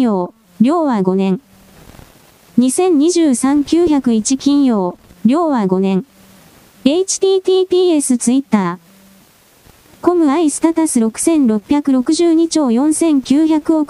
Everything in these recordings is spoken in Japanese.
曜、領は5年。2023-901金曜、領は5年。https ツイッター。コムアイスタタス6662兆4900億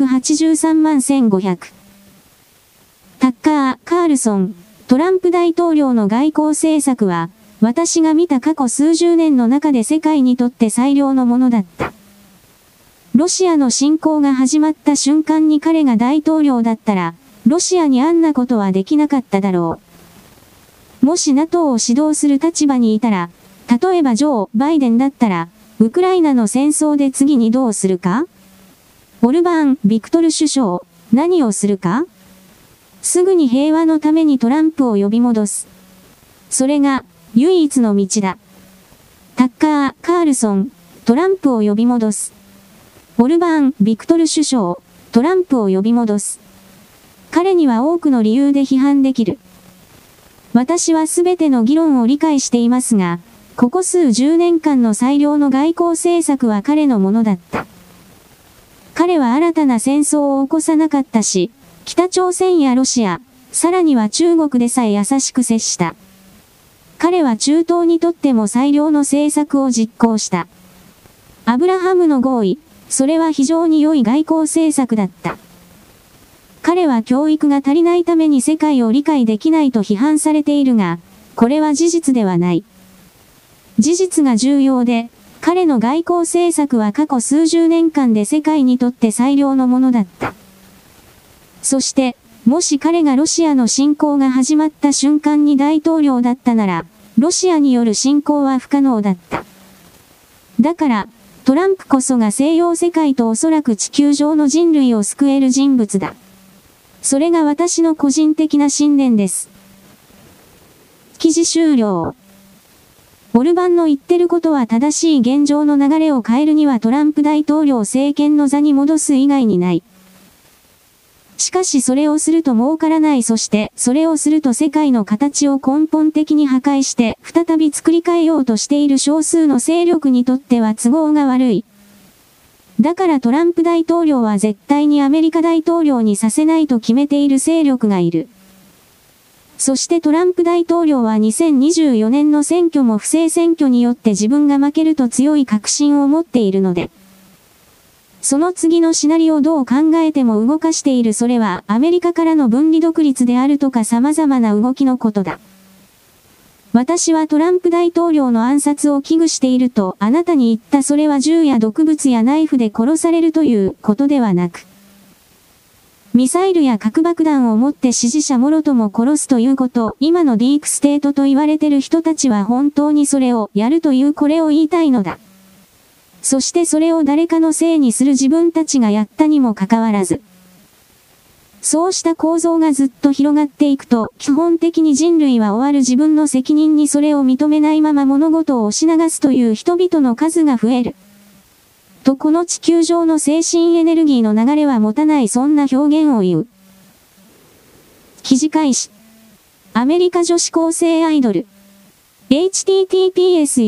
683万1500。タッカー・カールソン、トランプ大統領の外交政策は、私が見た過去数十年の中で世界にとって最良のものだった。ロシアの侵攻が始まった瞬間に彼が大統領だったら、ロシアにあんなことはできなかっただろう。もし NATO を指導する立場にいたら、例えばジョー・バイデンだったら、ウクライナの戦争で次にどうするか？オルバーン・ビクトル首相、何をするか？すぐに平和のためにトランプを呼び戻す。それが、唯一の道だ。タッカー・カールソン、トランプを呼び戻す。オルバーン・ビクトル首相、トランプを呼び戻す。彼には多くの理由で批判できる。私はすべての議論を理解していますが、ここ数十年間の最良の外交政策は彼のものだった。彼は新たな戦争を起こさなかったし、北朝鮮やロシア、さらには中国でさえ優しく接した。彼は中東にとっても最良の政策を実行した。アブラハムの合意、それは非常に良い外交政策だった。彼は教育が足りないために世界を理解できないと批判されているが、これは事実ではない。事実が重要で、彼の外交政策は過去数十年間で世界にとって最良のものだった。そして、もし彼がロシアの侵攻が始まった瞬間に大統領だったなら、ロシアによる侵攻は不可能だった。だから、トランプこそが西洋世界とおそらく地球上の人類を救える人物だ。それが私の個人的な信念です。記事終了。オルバンの言ってることは正しい現状の流れを変えるにはトランプ大統領政権の座に戻す以外にない。しかしそれをすると儲からない。そしてそれをすると世界の形を根本的に破壊して再び作り変えようとしている少数の勢力にとっては都合が悪い。だからトランプ大統領は絶対にアメリカ大統領にさせないと決めている勢力がいる。そしてトランプ大統領は2024年の選挙も不正選挙によって自分が負けると強い確信を持っているので。その次のシナリオをどう考えても動かしている。それはアメリカからの分離独立であるとか様々な動きのことだ。私はトランプ大統領の暗殺を危惧しているとあなたに言った。それは銃や毒物やナイフで殺されるということではなく、ミサイルや核爆弾を持って支持者もろとも殺すということ。今のディークステートと言われてる人たちは本当にそれをやるというこれを言いたいのだ。そしてそれを誰かのせいにする自分たちがやったにもかかわらず。そうした構造がずっと広がっていくと、基本的に人類は終わる。自分の責任にそれを認めないまま物事を押し流すという人々の数が増える。とこの地球上の精神エネルギーの流れは持たない。そんな表現を言う。記事開始。アメリカ女子高生アイドル。https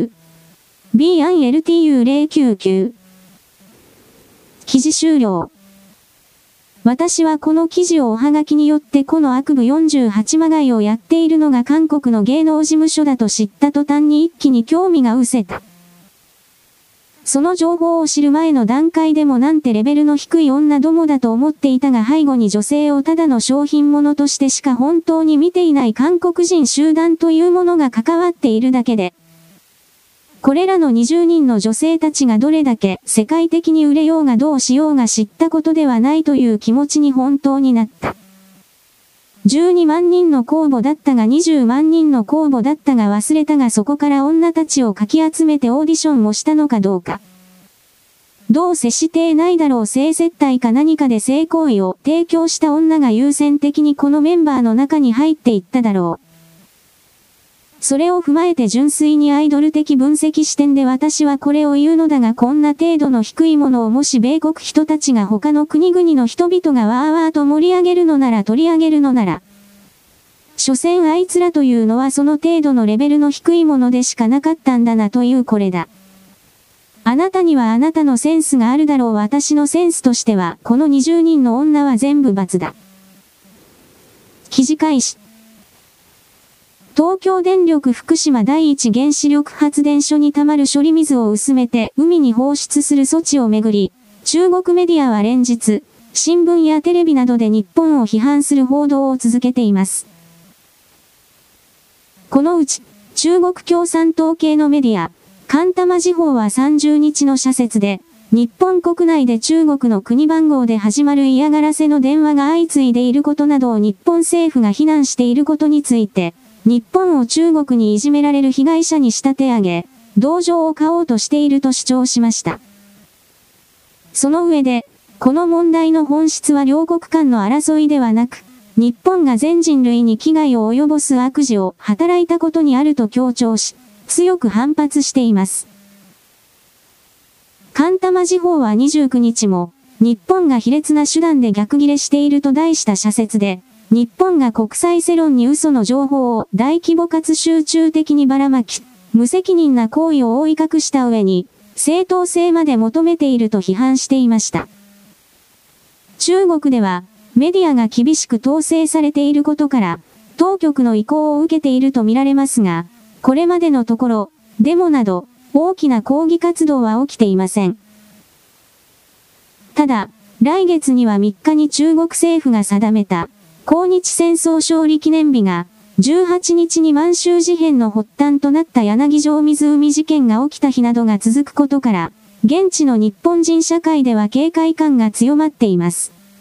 YouTube。BILTU099。記事終了。私はこの記事をおはがきによってこの悪部48まがいをやっているのが韓国の芸能事務所だと知った途端に一気に興味が失せた。その情報を知る前の段階でもなんてレベルの低い女どもだと思っていたが、背後に女性をただの商品物としてしか本当に見ていない韓国人集団というものが関わっているだけで、これらの20人の女性たちがどれだけ世界的に売れようがどうしようが知ったことではないという気持ちに本当になった。12万人の公募だったが20万人の公募だったが忘れたが、そこから女たちをかき集めてオーディションをしたのかどうか。どうせしていないだろう。性接待か何かで性行為を提供した女が優先的にこのメンバーの中に入っていっただろう。それを踏まえて純粋にアイドル的分析視点で私はこれを言うのだが、こんな程度の低いものをもし米国人たちが他の国々の人々がわーわーと盛り上げるのなら取り上げるのなら、所詮あいつらというのはその程度のレベルの低いものでしかなかったんだなというこれだ。 あなたにはあなたのセンスがあるだろう。私のセンスとしては、この20人の女は全部×だ。記事開始。東京電力福島第一原子力発電所に溜まる処理水を薄めて海に放出する措置をめぐり、中国メディアは連日、新聞やテレビなどで日本を批判する報道を続けています。このうち、中国共産党系のメディア、カンタマ時報は30日の社説で、日本国内で中国の国番号で始まる嫌がらせの電話が相次いでいることなどを日本政府が非難していることについて、日本を中国にいじめられる被害者に仕立て上げ、同情を買おうとしていると主張しました。その上で、この問題の本質は両国間の争いではなく、日本が全人類に危害を及ぼす悪事を働いたことにあると強調し、強く反発しています。カンタマ時報は29日も、日本が卑劣な手段で逆ギレしていると題した社説で、日本が国際世論に嘘の情報を大規模かつ集中的にばらまき、無責任な行為を覆い隠した上に、正当性まで求めていると批判していました。中国では、メディアが厳しく統制されていることから、当局の意向を受けていると見られますが、これまでのところ、デモなど、大きな抗議活動は起きていません。ただ、来月には3日に中国政府が定めた、抗日戦争勝利記念日が、18日に満州事変の発端となった柳条湖事件が起きた日などが続くことから、現地の日本人社会では警戒感が強まっています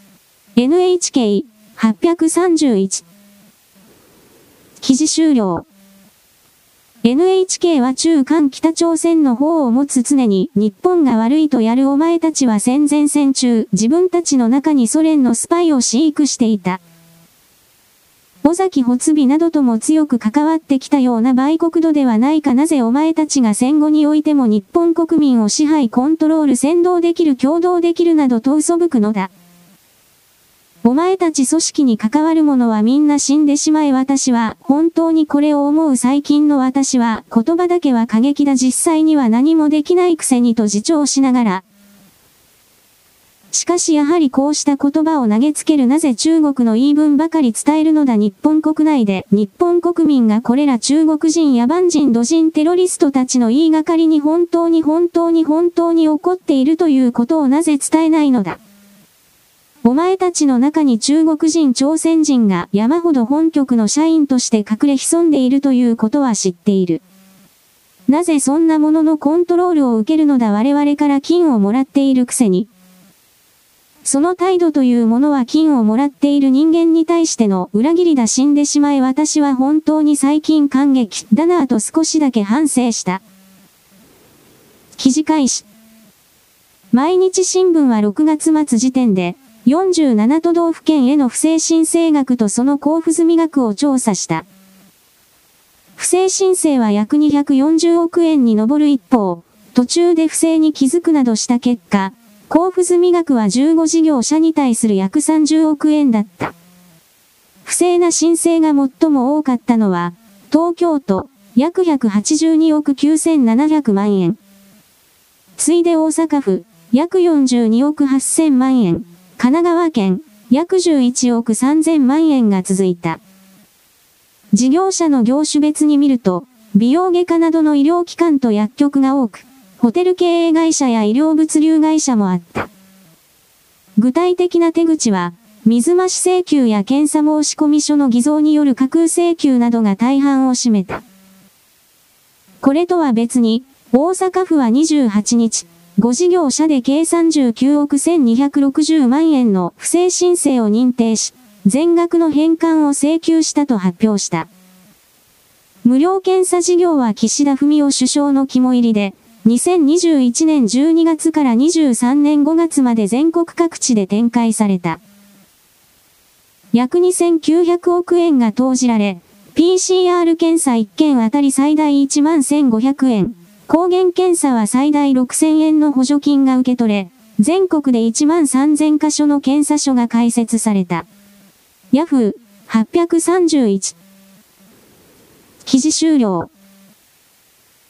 。NHK831 記事終了。NHK は中韓北朝鮮の方を持つ常に日本が悪いとやるお前たちは戦前戦中自分たちの中にソ連のスパイを飼育していた。尾崎発尾などとも強く関わってきたような売国度ではないか。なぜお前たちが戦後においても日本国民を支配コントロール扇動できる共同できるなどと嘘吹くのだ。お前たち組織に関わる者はみんな死んでしまえ。私は本当にこれを思う。最近の私は言葉だけは過激だ。実際には何もできないくせにと自重しながら。しかしやはりこうした言葉を投げつける。なぜ中国の言い分ばかり伝えるのだ。日本国内で日本国民がこれら中国人野蛮人土人テロリストたちの言いがかりに本当に怒っているということをなぜ伝えないのだ。お前たちの中に中国人朝鮮人が山ほど本局の社員として隠れ潜んでいるということは知っている。なぜそんなもののコントロールを受けるのだ。我々から金をもらっているくせに。その態度というものは金をもらっている人間に対しての裏切りだ。死んでしまえ。私は本当に最近感激だなぁと少しだけ反省した。記事開始。毎日新聞は6月末時点で、47都道府県への不正申請額とその交付済み額を調査した。不正申請は約240億円に上る一方、途中で不正に気づくなどした結果、交付済み額は15事業者に対する約30億円だった。不正な申請が最も多かったのは、東京都、約182億9700万円。次いで大阪府、約42億8000万円。神奈川県、約11億3000万円が続いた。事業者の業種別に見ると、美容外科などの医療機関と薬局が多く、ホテル経営会社や医療物流会社もあった。具体的な手口は、水増し請求や検査申込書の偽造による架空請求などが大半を占めた。これとは別に、大阪府は28日、5事業者で計39億1260万円の不正申請を認定し、全額の返還を請求したと発表した。無料検査事業は岸田文雄首相の肝入りで、2021年12月から23年5月まで全国各地で展開された。約2900億円が投じられ、PCR 検査1件あたり最大11,500円。抗原検査は最大6000円の補助金が受け取れ、全国で13000カ所の検査所が開設された。ヤフー831記事終了。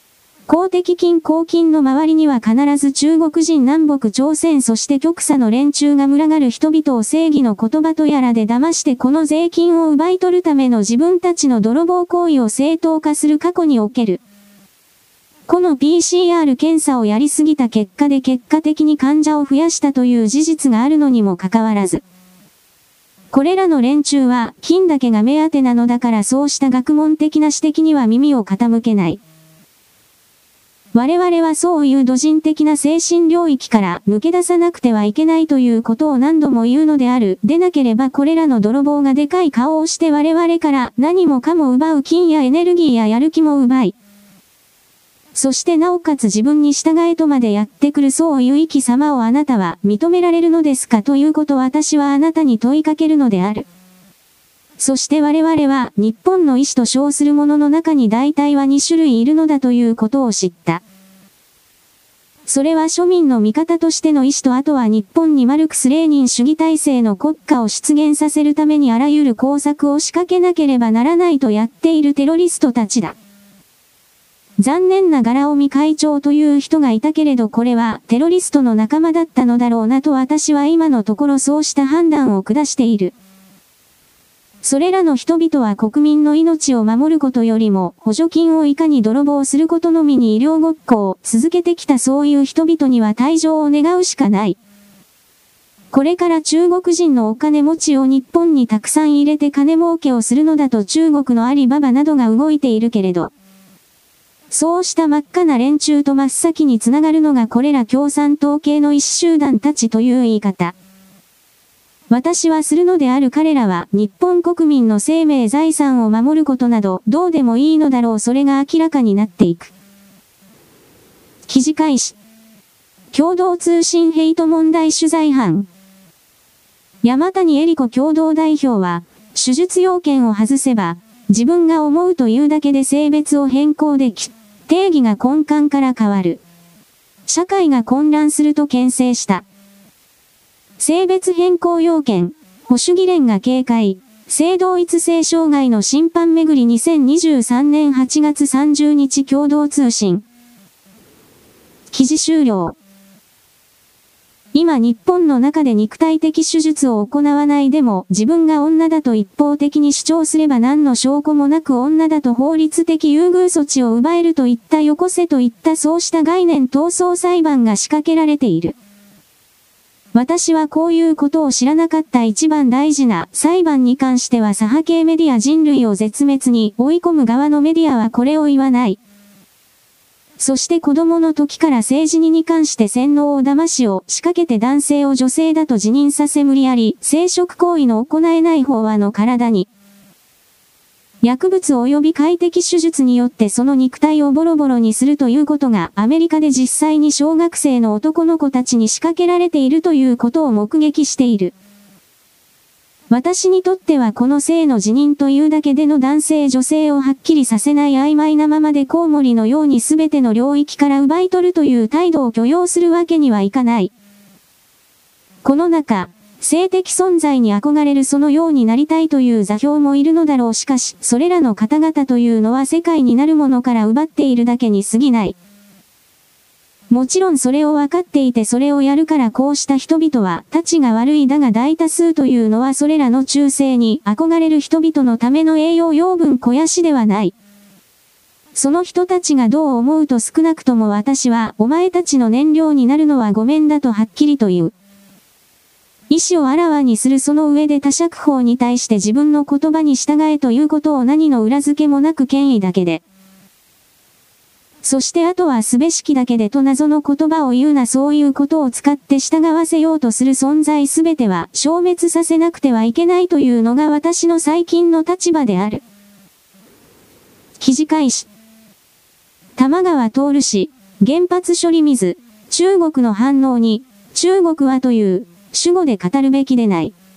公的金公金の周りには必ず中国人南北朝鮮そして極左の連中が群がる人々を正義の言葉とやらで騙してこの税金を奪い取るための自分たちの泥棒行為を正当化する過去における。この PCR 検査をやりすぎた結果で結果的に患者を増やしたという事実があるのにもかかわらず。これらの連中は金だけが目当てなのだからそうした学問的な指摘には耳を傾けない。我々はそういう土人的な精神領域から抜け出さなくてはいけないということを何度も言うのである。でなければこれらの泥棒がでかい顔をして我々から何もかも奪う金やエネルギーややる気も奪い。そしてなおかつ自分に従えとまでやってくるそういう生き様をあなたは認められるのですかということを私はあなたに問いかけるのである。そして我々は日本の医師と称する者の中に大体は2種類いるのだということを知った。それは庶民の味方としての医師とあとは日本にマルクス・レーニン主義体制の国家を出現させるためにあらゆる工作を仕掛けなければならないとやっているテロリストたちだ。残念ながら尾身会長という人がいたけれどこれはテロリストの仲間だったのだろうなと私は今のところそうした判断を下している。それらの人々は国民の命を守ることよりも補助金をいかに泥棒することのみに医療ごっこを続けてきたそういう人々には退場を願うしかない。これから中国人のお金持ちを日本にたくさん入れて金儲けをするのだと中国のアリババなどが動いているけれど。そうした真っ赤な連中と真っ先につながるのがこれら共産党系の医師集団たちという言い方。私はするのである彼らは日本国民の生命財産を守ることなどどうでもいいのだろうそれが明らかになっていく。記事開始。共同通信ヘイト問題取材班。山谷恵理子共同代表は、手術要件を外せば、自分が思うというだけで性別を変更でき、定義が根幹から変わる。社会が混乱すると牽制した。性別変更要件、保守議連が警戒、性同一性障害の審判めぐり2023年8月30日共同通信。記事終了。今日本の中で肉体的手術を行わないでも自分が女だと一方的に主張すれば何の証拠もなく女だと法律的優遇措置を奪えるといったよこせといったそうした概念闘争裁判が仕掛けられている。私はこういうことを知らなかった一番大事な裁判に関しては左派系メディア人類を絶滅に追い込む側のメディアはこれを言わない。そして子供の時から政治に関して洗脳を騙しを仕掛けて男性を女性だと自認させ無理やり生殖行為の行えない方はの体に薬物及び快適手術によってその肉体をボロボロにするということがアメリカで実際に小学生の男の子たちに仕掛けられているということを目撃している。私にとってはこの性の自認というだけでの男性女性をはっきりさせない曖昧なままでコウモリのように全ての領域から奪い取るという態度を許容するわけにはいかない。この中、性的存在に憧れるそのようになりたいという座標もいるのだろうしかし、それらの方々というのは世界になるものから奪っているだけに過ぎない。もちろんそれを分かっていてそれをやるからこうした人々は、たちが悪いだが大多数というのはそれらの中性に憧れる人々のための栄養養分肥やしではない。その人たちがどう思うと少なくとも私はお前たちの燃料になるのはごめんだとはっきりと言う。意思をあらわにするその上で他釈法に対して自分の言葉に従えということを何の裏付けもなく権威だけで。そしてあとはすべしきだけでと謎の言葉を言うなそういうことを使って従わせようとする存在すべては消滅させなくてはいけないというのが私の最近の立場である。記事開始。玉川徹氏、原発処理水、中国の反応に、中国はという、主語で語るべきでない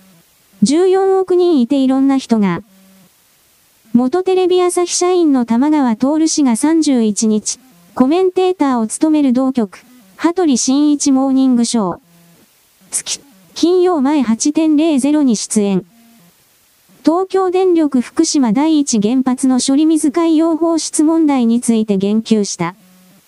。14億人いていろんな人が。元テレビ朝日社員の玉川徹氏が31日、コメンテーターを務める同局、羽鳥慎一モーニングショー。月、金曜前 8.00 に出演。東京電力福島第一原発の処理水海洋放出問題について言及した。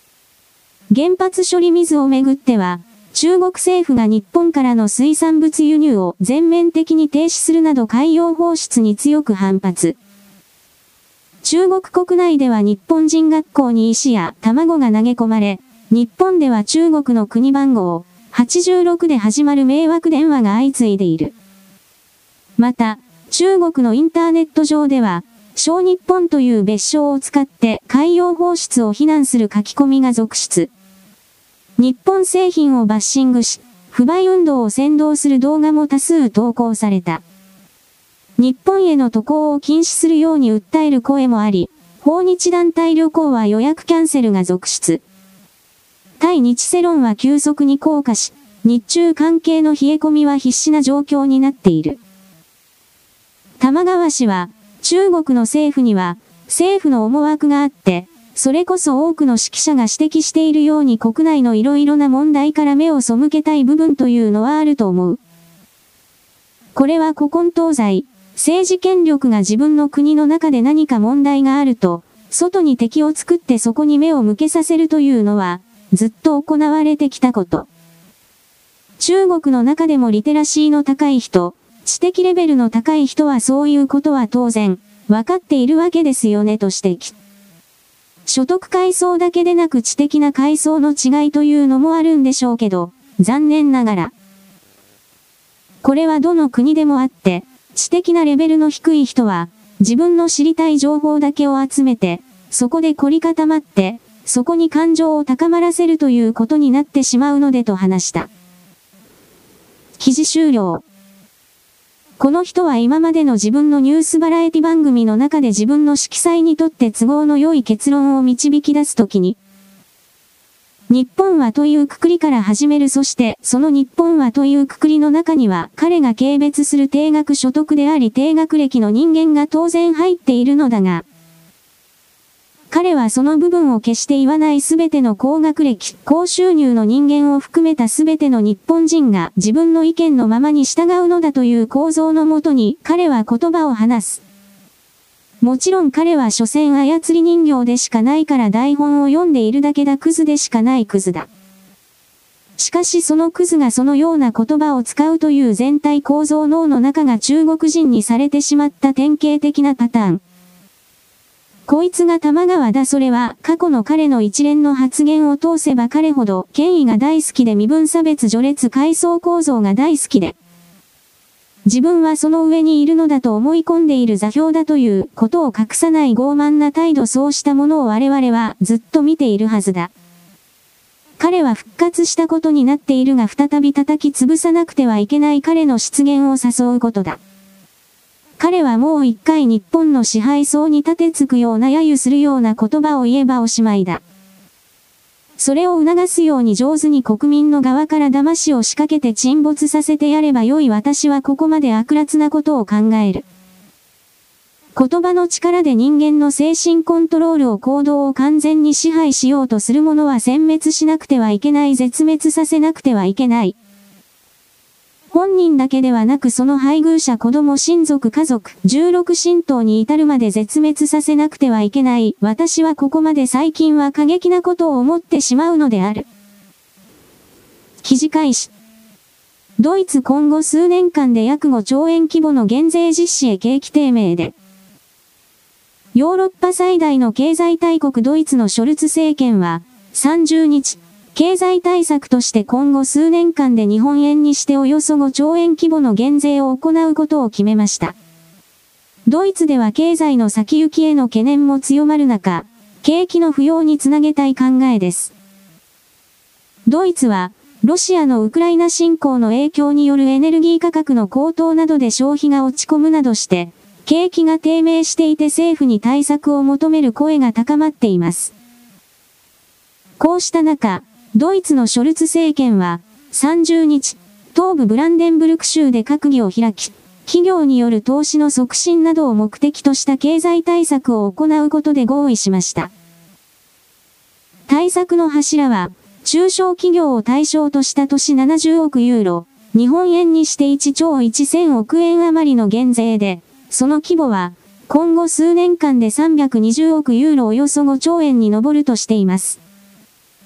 原発処理水をめぐっては、中国政府が日本からの水産物輸入を全面的に停止するなど海洋放出に強く反発。中国国内では日本人学校に石や卵が投げ込まれ、日本では中国の国番号86で始まる迷惑電話が相次いでいる。また、中国のインターネット上では、小日本という別称を使って海洋放出を非難する書き込みが続出。日本製品をバッシングし、不買運動を扇動する動画も多数投稿された。日本への渡航を禁止するように訴える声もあり、訪日団体旅行は予約キャンセルが続出。対日世論は急速に降下し、日中関係の冷え込みは必至な状況になっている。玉川氏は、中国の政府には、政府の思惑があって、それこそ多くの識者が指摘しているように国内のいろいろな問題から目を背けたい部分というのはあると思う。これは古今東西、政治権力が自分の国の中で何か問題があると、外に敵を作ってそこに目を向けさせるというのは、ずっと行われてきたこと。中国の中でもリテラシーの高い人、知的レベルの高い人はそういうことは当然、わかっているわけですよねと指摘。所得階層だけでなく知的な階層の違いというのもあるんでしょうけど、残念ながら。これはどの国でもあって、知的なレベルの低い人は、自分の知りたい情報だけを集めて、そこで凝り固まって、そこに感情を高まらせるということになってしまうのでと話した。記事終了。この人は今までの自分のニュースバラエティ番組の中で自分の色彩にとって都合の良い結論を導き出すときに、日本はという括りから始める。そしてその日本はという括りの中には彼が軽蔑する低額所得であり低学歴の人間が当然入っているのだが、彼はその部分を決して言わないすべての高学歴、高収入の人間を含めたすべての日本人が自分の意見のままに従うのだという構造のもとに彼は言葉を話す。もちろん彼は所詮操り人形でしかないから台本を読んでいるだけだクズでしかないクズだ。しかしそのクズがそのような言葉を使うという全体構造脳の中が中国人にされてしまった典型的なパターン。こいつが玉川だ。それは過去の彼の一連の発言を通せば彼ほど権威が大好きで身分差別序列階層構造が大好きで、自分はその上にいるのだと思い込んでいる座標だということを隠さない傲慢な態度。そうしたものを我々はずっと見ているはずだ。彼は復活したことになっているが再び叩き潰さなくてはいけない彼の出現を誘うことだ。彼はもう一回日本の支配層に立てつくような揶揄するような言葉を言えばおしまいだ。それを促すように上手に国民の側から騙しを仕掛けて沈没させてやればよい。私はここまで悪辣なことを考える。言葉の力で人間の精神コントロールを行動を完全に支配しようとする者は殲滅しなくてはいけない。絶滅させなくてはいけない。本人だけではなくその配偶者、子供、親族、家族、16神道に至るまで絶滅させなくてはいけない。私はここまで最近は過激なことを思ってしまうのである。記事開始。ドイツ今後数年間で約5兆円規模の減税実施へ景気低迷で。ヨーロッパ最大の経済大国ドイツのショルツ政権は30日、経済対策として今後数年間で日本円にしておよそ5兆円規模の減税を行うことを決めました。ドイツでは経済の先行きへの懸念も強まる中、景気の浮揚につなげたい考えです。ドイツは、ロシアのウクライナ侵攻の影響によるエネルギー価格の高騰などで消費が落ち込むなどして、景気が低迷していて政府に対策を求める声が高まっています。こうした中、ドイツのショルツ政権は30日、東部ブランデンブルク州で閣議を開き、企業による投資の促進などを目的とした経済対策を行うことで合意しました。対策の柱は、中小企業を対象とした年70億ユーロ、日本円にして1兆1000億円余りの減税で、その規模は、今後数年間で320億ユーロおよそ5兆円に上るとしています。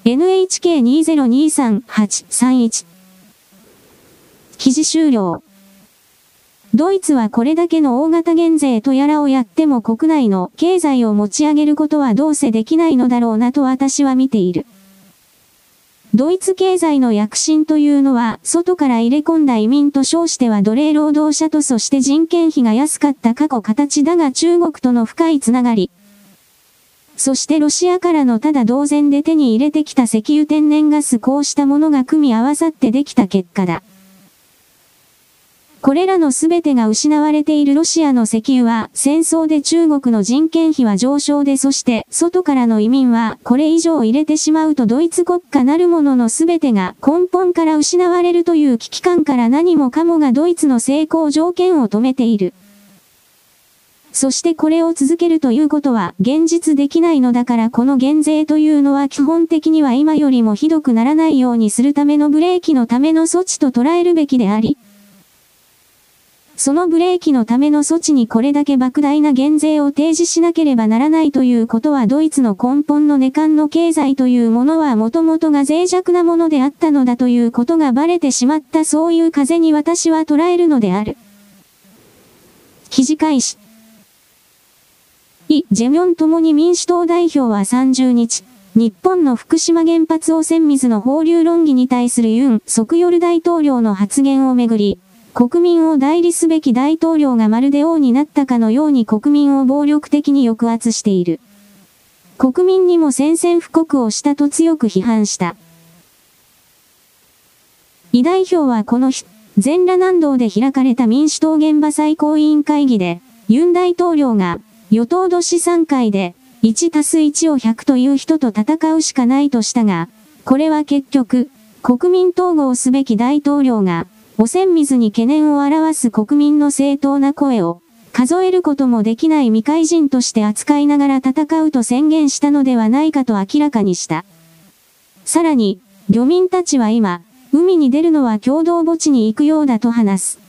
NHK2023-831。記事終了。ドイツはこれだけの大型減税とやらをやっても国内の経済を持ち上げることはどうせできないのだろうなと私は見ている。ドイツ経済の躍進というのは、外から入れ込んだ移民と称しては奴隷労働者とそして人件費が安かった過去形だが中国との深いつながり。そしてロシアからのただ同然で手に入れてきた石油天然ガスこうしたものが組み合わさってできた結果だ。これらのすべてが失われているロシアの石油は戦争で中国の人件費は上昇でそして外からの移民はこれ以上入れてしまうとドイツ国家なるもののすべてが根本から失われるという危機感から何もかもがドイツの成功条件を止めている。そしてこれを続けるということは現実できないのだからこの減税というのは基本的には今よりもひどくならないようにするためのブレーキのための措置と捉えるべきであり、そのブレーキのための措置にこれだけ莫大な減税を提示しなければならないということはドイツの根本の根幹の経済というものはもともとが脆弱なものであったのだということがバレてしまったそういう風に私は捉えるのである。記事開始。イ・ジェミョン共に民主党代表は30日、日本の福島原発汚染水の放流論議に対するユン・ソクヨル大統領の発言をめぐり、国民を代理すべき大統領がまるで王になったかのように国民を暴力的に抑圧している。国民にも宣戦布告をしたと強く批判した。イ代表はこの日、全羅南道で開かれた民主党現場最高委員会議で、ユン大統領が与党度資産会で1+1を100という人と戦うしかないとしたが、これは結局、国民統合すべき大統領が、汚染水に懸念を表す国民の正当な声を数えることもできない未開人として扱いながら戦うと宣言したのではないかと明らかにした。さらに、漁民たちは今、海に出るのは共同墓地に行くようだと話す。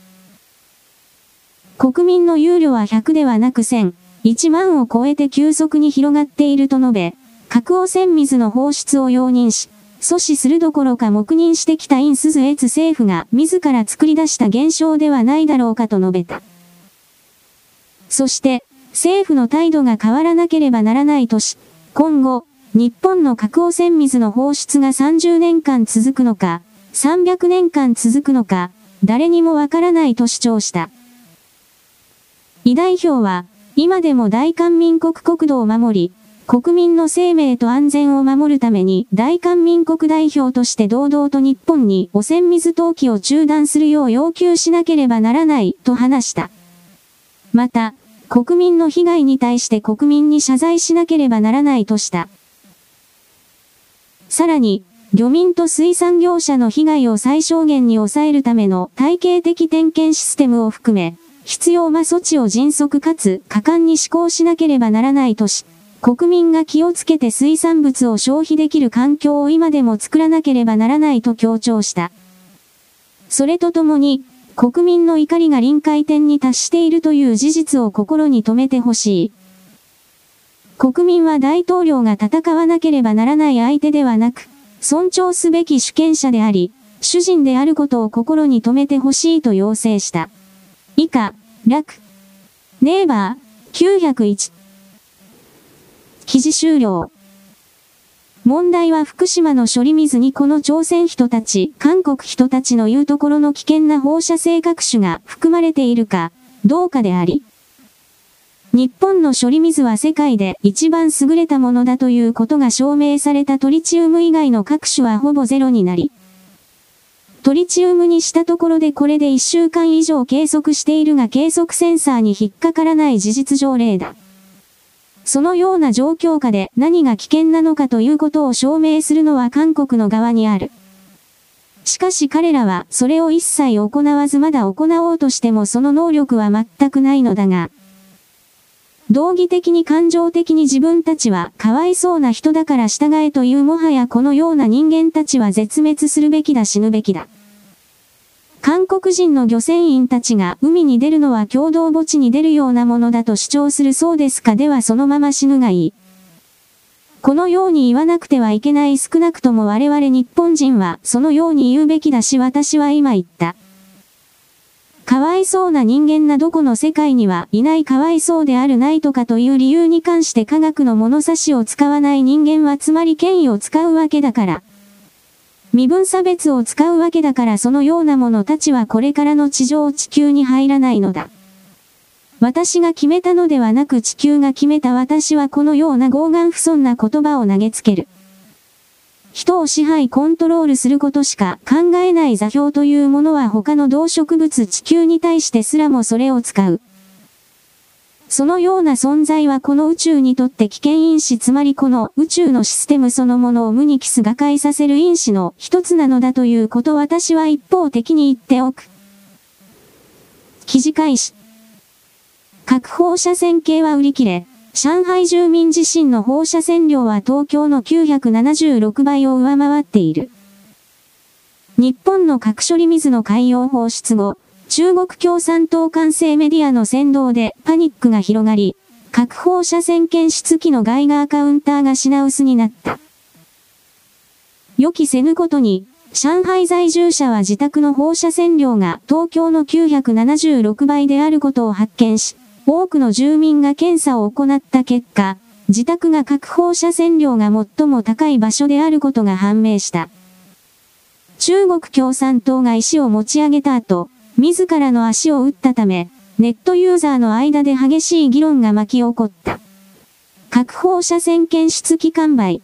国民の憂慮は100ではなく1000、1万を超えて急速に広がっていると述べ、核汚染水の放出を容認し、阻止するどころか黙認してきたインスズエツ政府が自ら作り出した現象ではないだろうかと述べた。そして、政府の態度が変わらなければならないとし、今後、日本の核汚染水の放出が30年間続くのか、300年間続くのか、誰にもわからないと主張した。イ代表は、今でも大韓民国国土を守り、国民の生命と安全を守るために大韓民国代表として堂々と日本に汚染水投棄を中断するよう要求しなければならないと話した。また、国民の被害に対して国民に謝罪しなければならないとした。さらに、漁民と水産業者の被害を最小限に抑えるための体系的点検システムを含め、必要な措置を迅速かつ果敢に施行しなければならないとし、国民が気をつけて水産物を消費できる環境を今でも作らなければならないと強調した。それとともに、国民の怒りが臨界点に達しているという事実を心に留めてほしい。国民は大統領が戦わなければならない相手ではなく、尊重すべき主権者であり、主人であることを心に留めてほしいと要請した。以下、楽。ネイバー、901。記事終了。問題は福島の処理水にこの朝鮮人たち、韓国人たちの言うところの危険な放射性核種が含まれているか、どうかであり。日本の処理水は世界で一番優れたものだということが証明されたトリチウム以外の核種はほぼゼロになり、トリチウムにしたところでこれで1週間以上計測しているが計測センサーに引っかからない事実上例だ。そのような状況下で何が危険なのかということを証明するのは韓国の側にある。しかし彼らはそれを一切行わずまだ行おうとしてもその能力は全くないのだが、道義的に感情的に自分たちはかわいそうな人だから従えというもはやこのような人間たちは絶滅するべきだ死ぬべきだ。韓国人の漁船員たちが海に出るのは共同墓地に出るようなものだと主張するそうですかではそのまま死ぬがいい。 このように言わなくてはいけない。少なくとも我々日本人はそのように言うべきだし、私は今言った。かわいそうな人間などこの世界にはいない。かわいそうであるないとかという理由に関して科学の物差しを使わない人間は、つまり権威を使うわけだから。身分差別を使うわけだから、そのような者たちはこれからの地球に入らないのだ。私が決めたのではなく地球が決めた。私はこのような傲慢不遜な言葉を投げつける。人を支配コントロールすることしか考えない座標というものは他の動植物地球に対してすらもそれを使う。そのような存在はこの宇宙にとって危険因子、つまりこの宇宙のシステムそのものを無に帰す瓦解させる因子の一つなのだということを私は一方的に言っておく。記事開始。核放射線計は売り切れ。上海住民自身の放射線量は東京の976倍を上回っている。日本の核処理水の海洋放出後、中国共産党管制メディアの扇動でパニックが広がり、核放射線検出機のガイガーカウンターが品薄になった。予期せぬことに、上海在住者は自宅の放射線量が東京の976倍であることを発見し、多くの住民が検査を行った結果、自宅が核放射線量が最も高い場所であることが判明した。中国共産党が石を持ち上げた後、自らの足を打ったため、ネットユーザーの間で激しい議論が巻き起こった。核放射線検出機完売。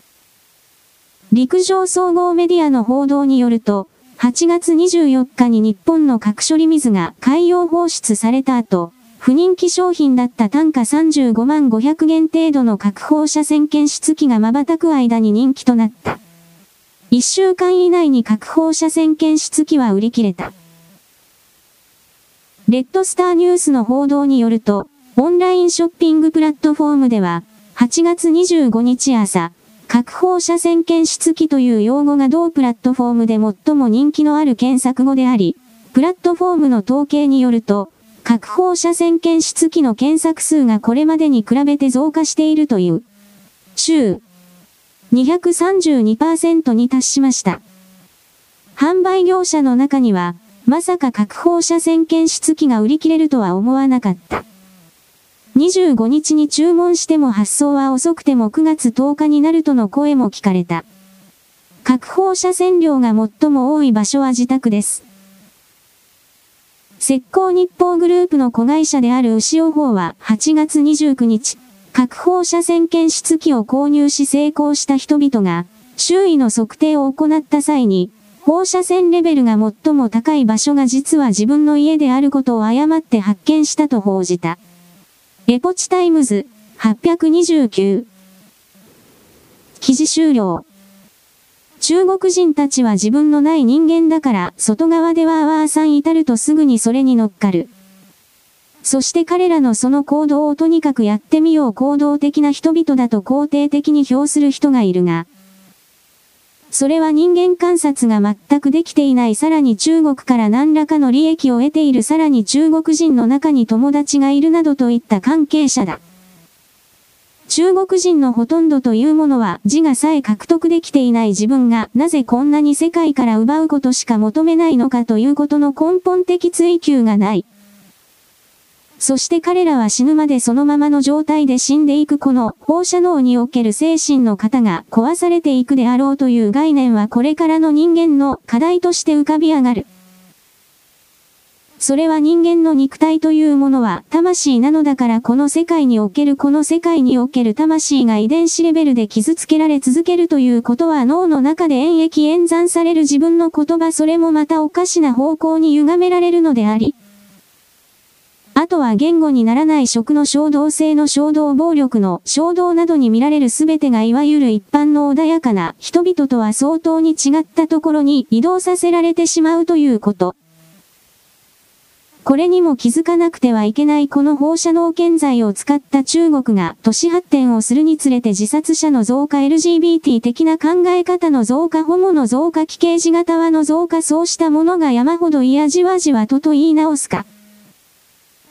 陸上総合メディアの報道によると、8月24日に日本の核処理水が海洋放出された後、不人気商品だった単価35万500元程度の核放射線検出機が瞬く間に人気となった。1週間以内に核放射線検出機は売り切れた。レッドスターニュースの報道によると、オンラインショッピングプラットフォームでは、8月25日朝、核放射線検出機という用語が同プラットフォームで最も人気のある検索語であり、プラットフォームの統計によると、核放射線検出機の検索数がこれまでに比べて増加しているという。週 232% に達しました。販売業者の中には、まさか核放射線検出機が売り切れるとは思わなかった。25日に注文しても発送は遅くても9月10日になるとの声も聞かれた。核放射線量が最も多い場所は自宅です。浙江日報グループの子会社である牛尾法は8月29日、核放射線検出機を購入し成功した人々が、周囲の測定を行った際に、放射線レベルが最も高い場所が実は自分の家であることを誤って発見したと報じた。エポチタイムズ829。記事終了。中国人たちは自分のない人間だから、外側ではわーさん至るとすぐにそれに乗っかる。そして彼らのその行動をとにかくやってみよう行動的な人々だと肯定的に評する人がいるが、それは人間観察が全くできていないさらに中国から何らかの利益を得ているさらに中国人の中に友達がいるなどといった関係者だ。中国人のほとんどというものは自我さえ獲得できていない自分がなぜこんなに世界から奪うことしか求めないのかということの根本的追求がない。そして彼らは死ぬまでそのままの状態で死んでいくこの放射能における精神の型が壊されていくであろうという概念はこれからの人間の課題として浮かび上がる。それは人間の肉体というものは魂なのだからこの世界における魂が遺伝子レベルで傷つけられ続けるということは脳の中で演繹演算される自分の言葉それもまたおかしな方向に歪められるのであり、あとは言語にならない食の衝動性の衝動暴力の衝動などに見られるすべてがいわゆる一般の穏やかな人々とは相当に違ったところに移動させられてしまうということ。これにも気づかなくてはいけないこの放射能建材を使った中国が都市発展をするにつれて自殺者の増加 LGBT 的な考え方の増加ホモの増加奇形自型化の増加そうしたものが山ほどいやじわじわと言い直すか。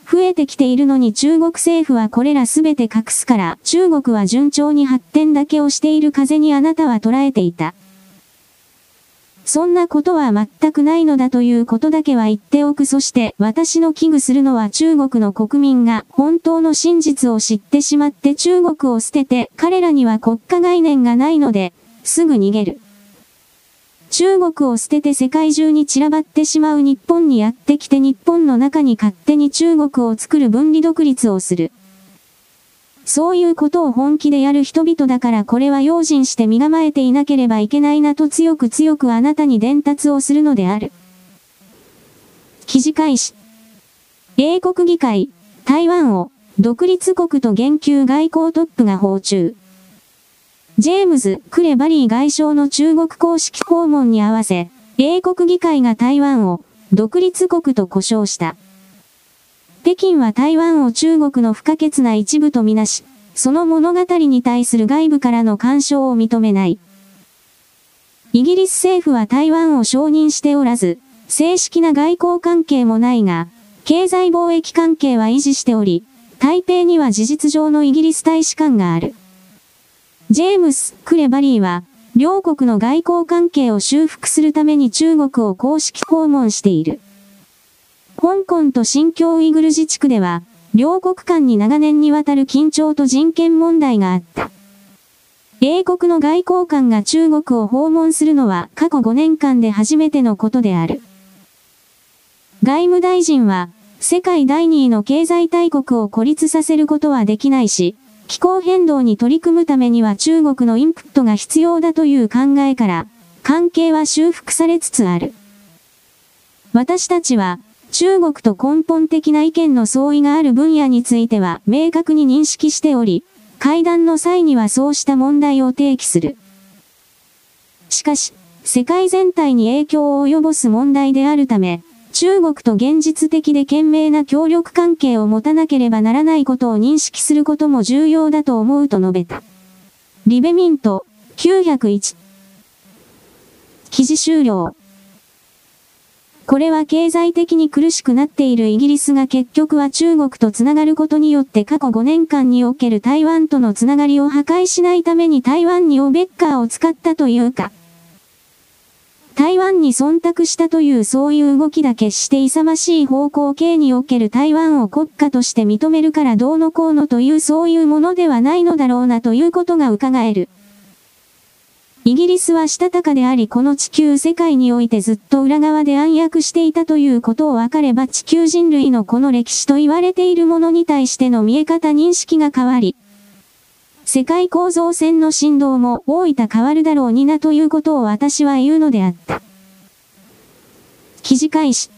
増えてきているのに中国政府はこれらすべて隠すから、中国は順調に発展だけをしている風にあなたは捉えていた。そんなことは全くないのだということだけは言っておく。そして私の危惧するのは中国の国民が本当の真実を知ってしまって中国を捨てて彼らには国家概念がないので、すぐ逃げる。中国を捨てて世界中に散らばってしまう日本にやってきて日本の中に勝手に中国を作る分離独立をする。そういうことを本気でやる人々だからこれは用心して身構えていなければいけないなと強くあなたに伝達をするのである。記事開始。英国議会、台湾を独立国と言及外交トップが訪中。ジェームズ・クレバリー外相の中国公式訪問に合わせ、英国議会が台湾を独立国と呼称した。北京は台湾を中国の不可欠な一部とみなし、その物語に対する外部からの干渉を認めない。イギリス政府は台湾を承認しておらず、正式な外交関係もないが、経済貿易関係は維持しており、台北には事実上のイギリス大使館がある。ジェームス・クレバリーは、両国の外交関係を修復するために中国を公式訪問している。香港と新疆ウイグル自治区では、両国間に長年にわたる緊張と人権問題があった。英国の外交官が中国を訪問するのは過去5年間で初めてのことである。外務大臣は、世界第2位の経済大国を孤立させることはできないし、気候変動に取り組むためには中国のインプットが必要だという考えから、関係は修復されつつある。私たちは、中国と根本的な意見の相違がある分野については明確に認識しており、会談の際にはそうした問題を提起する。しかし、世界全体に影響を及ぼす問題であるため、中国と現実的で賢明な協力関係を持たなければならないことを認識することも重要だと思うと述べた。リベミント、901。記事終了。これは経済的に苦しくなっているイギリスが結局は中国とつながることによって過去5年間における台湾とのつながりを破壊しないために台湾にオベッカーを使ったというか、台湾に忖度したというそういう動きだ決して勇ましい方向形における台湾を国家として認めるからどうのこうのというそういうものではないのだろうなということが伺える。イギリスはしたたかでありこの地球世界においてずっと裏側で暗躍していたということを分かれば地球人類のこの歴史と言われているものに対しての見え方認識が変わり、世界構造線の振動も大いた変わるだろうになということを私は言うのであった。記事開始。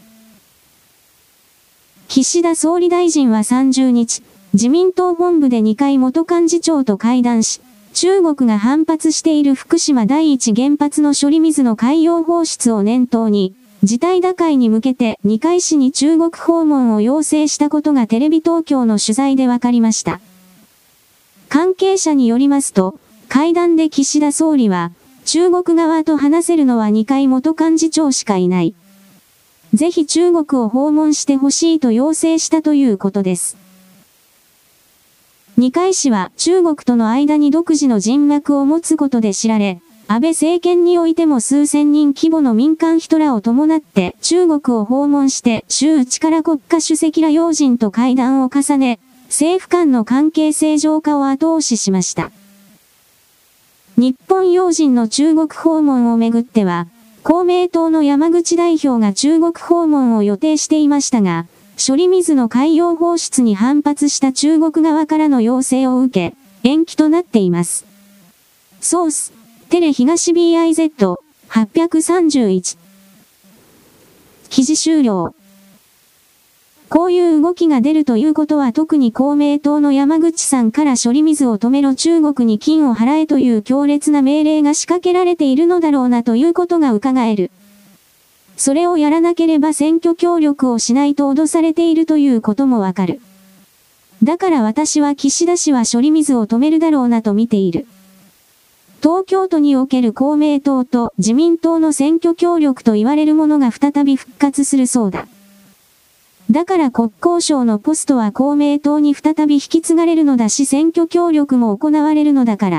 岸田総理大臣は30日、自民党本部で2回元幹事長と会談し、中国が反発している福島第一原発の処理水の海洋放出を念頭に、事態打開に向けて二階氏に中国訪問を要請したことがテレビ東京の取材で分かりました。関係者によりますと、会談で岸田総理は、中国側と話せるのは二階元幹事長しかいない。ぜひ中国を訪問してほしいと要請したということです。二階氏は中国との間に独自の人脈を持つことで知られ、安倍政権においても数千人規模の民間人らを伴って中国を訪問して習内から国家主席ら要人と会談を重ね、政府間の関係正常化を後押ししました。日本要人の中国訪問をめぐっては、公明党の山口代表が中国訪問を予定していましたが、処理水の海洋放出に反発した中国側からの要請を受け、延期となっています。ソース、テレ東 BIZ831。記事終了。こういう動きが出るということは特に公明党の山口さんから処理水を止めろ中国に金を払えという強烈な命令が仕掛けられているのだろうなということが伺える。それをやらなければ選挙協力をしないと脅されているということもわかる。だから私は岸田氏は処理水を止めるだろうなと見ている。東京都における公明党と自民党の選挙協力と言われるものが再び復活するそうだ。 だから国交省のポストは公明党に再び引き継がれるのだし選挙協力も行われるのだから。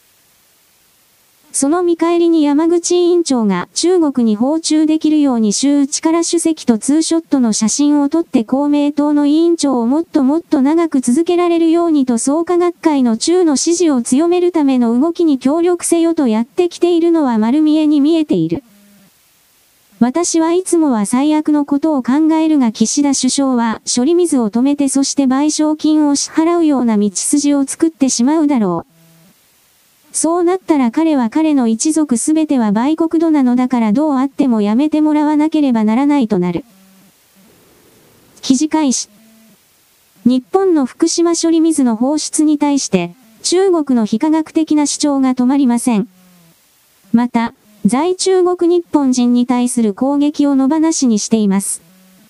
その見返りに山口委員長が中国に訪中できるように習力主席とツーショットの写真を撮って公明党の委員長をもっともっと長く続けられるようにと創価学会の中の支持を強めるための動きに協力せよとやってきているのは丸見えに見えている。私はいつもは最悪のことを考えるが岸田首相は処理水を止めてそして賠償金を支払うような道筋を作ってしまうだろう。そうなったら彼は彼の一族すべては売国奴なのだからどうあってもやめてもらわなければならないとなる。記事開始。日本の福島処理水の放出に対して中国の非科学的な主張が止まりません。また、在中国日本人に対する攻撃を野放しにしています。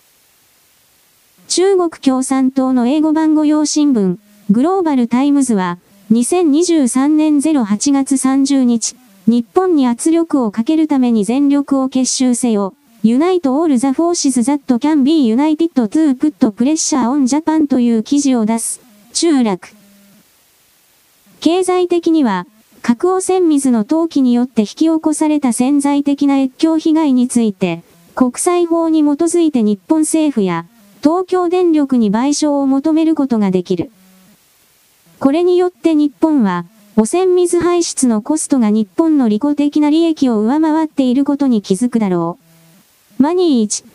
中国共産党の英語版御用新聞、グローバルタイムズは、2023年08月30日、日本に圧力をかけるために全力を結集せよ。Unite all the forces that can be united to put pressure on Japan という記事を出す。中落。経済的には、核汚染水の投棄によって引き起こされた潜在的な越境被害について、国際法に基づいて日本政府や東京電力に賠償を求めることができる。これによって日本は、汚染水排出のコストが日本の利己的な利益を上回っていることに気づくだろう。マニー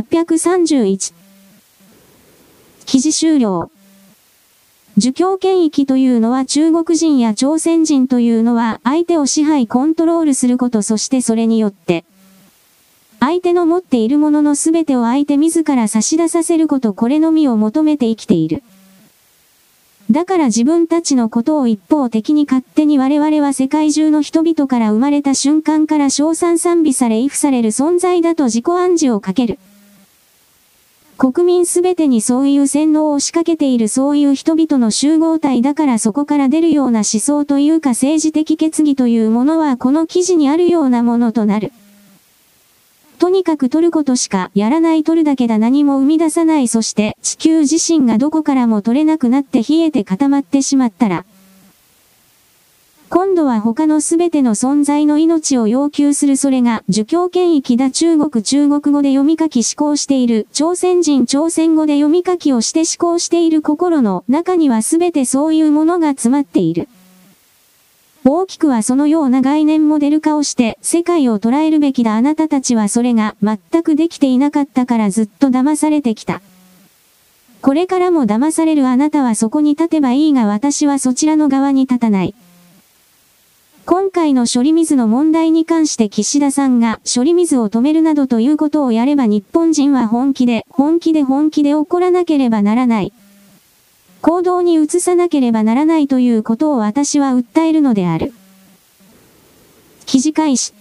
1、831。記事終了。儒教権益というのは中国人や朝鮮人というのは相手を支配コントロールすることそしてそれによって、相手の持っているもののすべてを相手自ら差し出させることこれのみを求めて生きている。だから自分たちのことを一方的に勝手に我々は世界中の人々から生まれた瞬間から称賛賛美され畏怖される存在だと自己暗示をかける。国民すべてにそういう洗脳を仕掛けているそういう人々の集合体だからそこから出るような思想というか政治的決議というものはこの記事にあるようなものとなる。とにかく取ることしかやらない取るだけだ何も生み出さないそして地球自身がどこからも取れなくなって冷えて固まってしまったら今度は他のすべての存在の命を要求するそれが儒教権益だ中国語で読み書き思考している朝鮮人朝鮮語で読み書きをして思考している心の中にはすべてそういうものが詰まっている。大きくはそのような概念モデル化をして世界を捉えるべきだあなたたちはそれが全くできていなかったからずっと騙されてきた。これからも騙されるあなたはそこに立てばいいが私はそちらの側に立たない。今回の処理水の問題に関して岸田さんが処理水を止めるなどということをやれば日本人は本気で怒らなければならない。行動に移さなければならないということを私は訴えるのである。記事開始。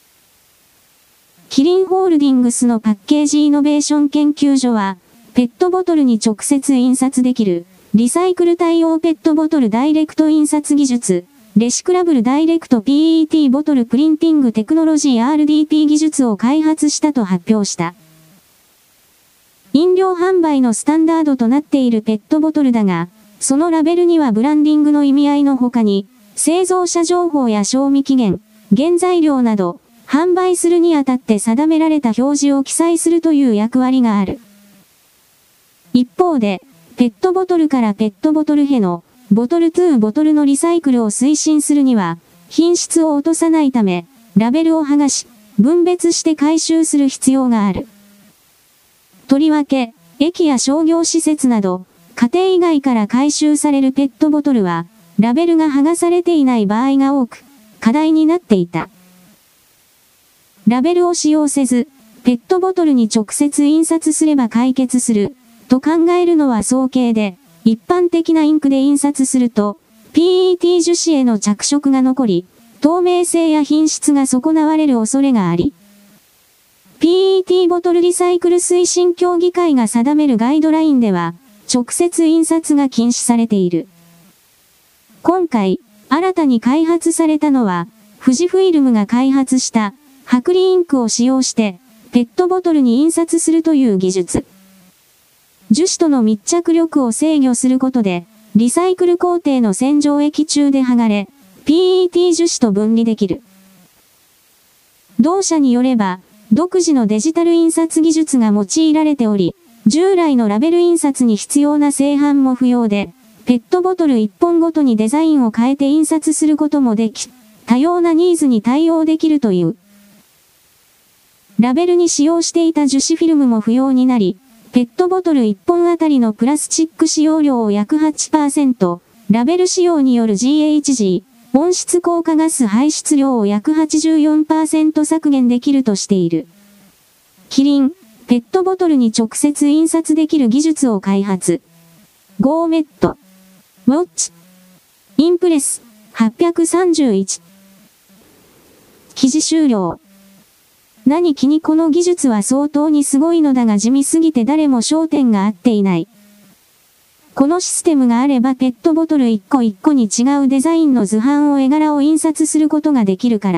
キリンホールディングスのパッケージイノベーション研究所は、ペットボトルに直接印刷できる、リサイクル対応ペットボトルダイレクト印刷技術、レシクラブルダイレクト PET ボトルプリンティングテクノロジー RDP 技術を開発したと発表した。飲料販売のスタンダードとなっているペットボトルだが、そのラベルにはブランディングの意味合いの他に、製造者情報や賞味期限、原材料など、販売するにあたって定められた表示を記載するという役割がある。一方で、ペットボトルからペットボトルへの、ボトルトゥーボトルのリサイクルを推進するには、品質を落とさないため、ラベルを剥がし、分別して回収する必要がある。とりわけ、駅や商業施設など、家庭以外から回収されるペットボトルは、ラベルが剥がされていない場合が多く、課題になっていた。ラベルを使用せず、ペットボトルに直接印刷すれば解決する、と考えるのは早計で、一般的なインクで印刷すると、PET 樹脂への着色が残り、透明性や品質が損なわれる恐れがあり、PET ボトルリサイクル推進協議会が定めるガイドラインでは、直接印刷が禁止されている。今回、新たに開発されたのは、富士フイルムが開発した、剥離インクを使用して、ペットボトルに印刷するという技術。 樹脂との密着力を制御することで、リサイクル工程の洗浄液中で剥がれ、PET 樹脂と分離できる。同社によれば、独自のデジタル印刷技術が用いられており、従来のラベル印刷に必要な製版も不要で、ペットボトル1本ごとにデザインを変えて印刷することもでき、多様なニーズに対応できるという。ラベルに使用していた樹脂フィルムも不要になり、ペットボトル1本あたりのプラスチック使用量を約 8%、ラベル使用による GHG、温室効果ガス排出量を約 84% 削減できるとしている。キリン、ペットボトルに直接印刷できる技術を開発。ゴーメット。ウォッチ。インプレス、831。記事終了。何気にこの技術は相当にすごいのだが地味すぎて誰も焦点が合っていない。このシステムがあればペットボトル一個一個に違うデザインの図版を絵柄を印刷することができるから。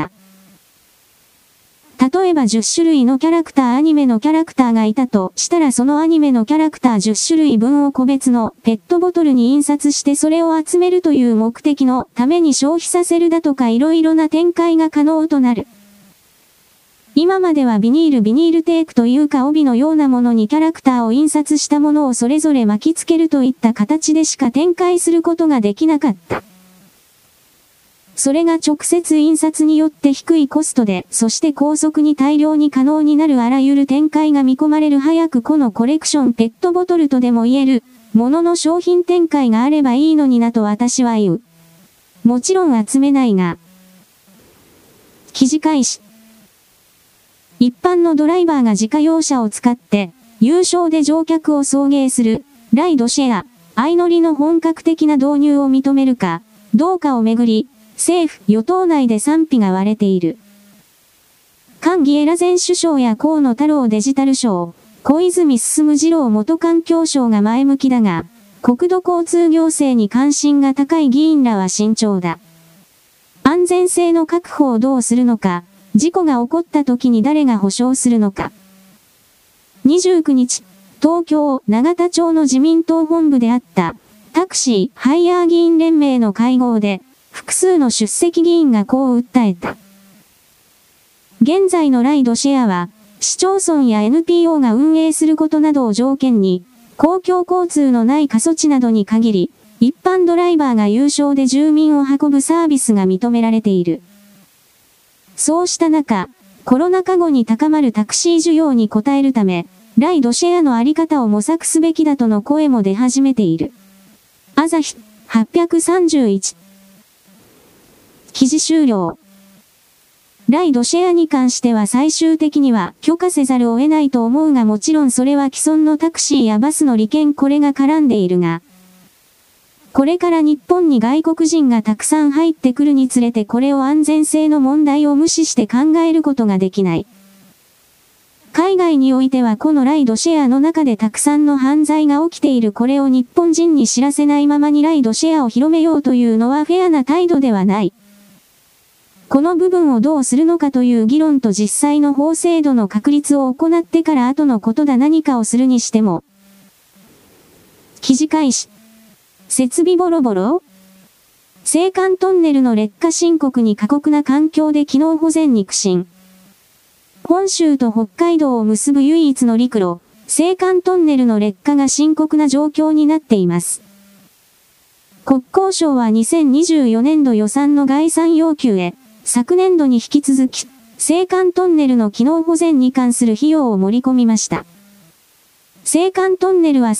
例えば10種類のキャラクターアニメのキャラクターがいたとしたらそのアニメのキャラクター10種類分を個別のペットボトルに印刷してそれを集めるという目的のために消費させるだとかいろいろな展開が可能となる。今まではビニールテープというか帯のようなものにキャラクターを印刷したものをそれぞれ巻き付けるといった形でしか展開することができなかった。それが直接印刷によって低いコストで、そして高速に大量に可能になるあらゆる展開が見込まれる早くこのコレクションペットボトルとでも言えるものの商品展開があればいいのになと私は言う。もちろん集めないが。記事開始。一般のドライバーが自家用車を使って、有償で乗客を送迎する、ライドシェア、相乗りの本格的な導入を認めるか、どうかをめぐり、政府、与党内で賛否が割れている。菅義偉前首相や河野太郎デジタル相、小泉進次郎元環境省が前向きだが、国土交通行政に関心が高い議員らは慎重だ。安全性の確保をどうするのか、事故が起こった時に誰が保証するのか。29日、東京、永田町の自民党本部であった、タクシー・ハイヤー議員連盟の会合で、複数の出席議員がこう訴えた。現在のライドシェアは、市町村や NPO が運営することなどを条件に、公共交通のない過疎地などに限り、一般ドライバーが有償で住民を運ぶサービスが認められている。そうした中、コロナ禍後に高まるタクシー需要に応えるため、ライドシェアのあり方を模索すべきだとの声も出始めている。朝日、831。記事終了。ライドシェアに関しては最終的には許可せざるを得ないと思うがもちろんそれは既存のタクシーやバスの利権これが絡んでいるが、これから日本に外国人がたくさん入ってくるにつれてこれを安全性の問題を無視して考えることができない。海外においてはこのライドシェアの中でたくさんの犯罪が起きているこれを日本人に知らせないままにライドシェアを広めようというのはフェアな態度ではない。この部分をどうするのかという議論と実際の法制度の確立を行ってから後のことだ何かをするにしても。記事開始。設備ボロボロ？青函トンネルの劣化深刻に過酷な環境で機能保全に苦心。本州と北海道を結ぶ唯一の陸路、青函トンネルの劣化が深刻な状況になっています。国交省は2024年度予算の概算要求へ、昨年度に引き続き、青函トンネルの機能保全に関する費用を盛り込みました。青函トンネルは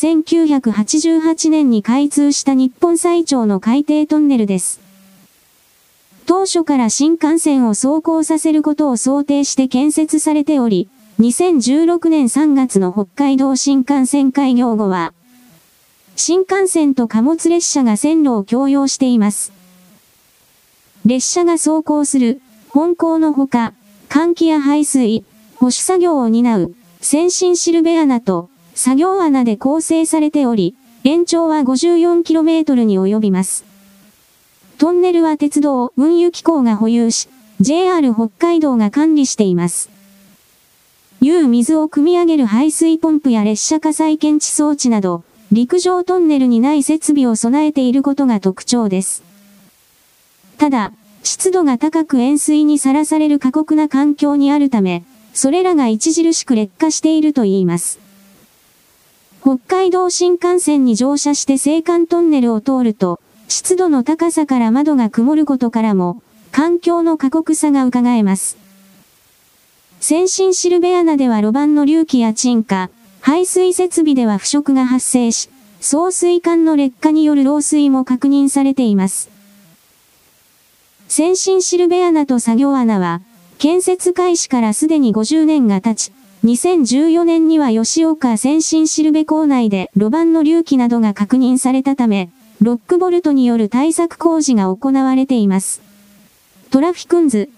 1988年に開通した日本最長の海底トンネルです。当初から新幹線を走行させることを想定して建設されており、2016年3月の北海道新幹線開業後は、新幹線と貨物列車が線路を共用しています。列車が走行する本校のほか、換気や排水、保守作業を担う先進シルベ穴と作業穴で構成されており、延長は 54km に及びます。トンネルは鉄道運輸機構が保有し、JR 北海道が管理しています。 いう水を汲み上げる排水ポンプや列車火災検知装置など、陸上トンネルにない設備を備えていることが特徴です。ただ、湿度が高く塩水にさらされる過酷な環境にあるため、それらが著しく劣化しているといいます。北海道新幹線に乗車して青函トンネルを通ると、湿度の高さから窓が曇ることからも、環境の過酷さが伺えます。先進シルベ穴では路盤の隆起や沈下、排水設備では腐食が発生し、送水管の劣化による漏水も確認されています。先進シルベ穴と作業穴は、建設開始からすでに50年が経ち、2014年には吉岡先進シルベ構内で路盤の隆起などが確認されたため、ロックボルトによる対策工事が行われています。トラフィクンズ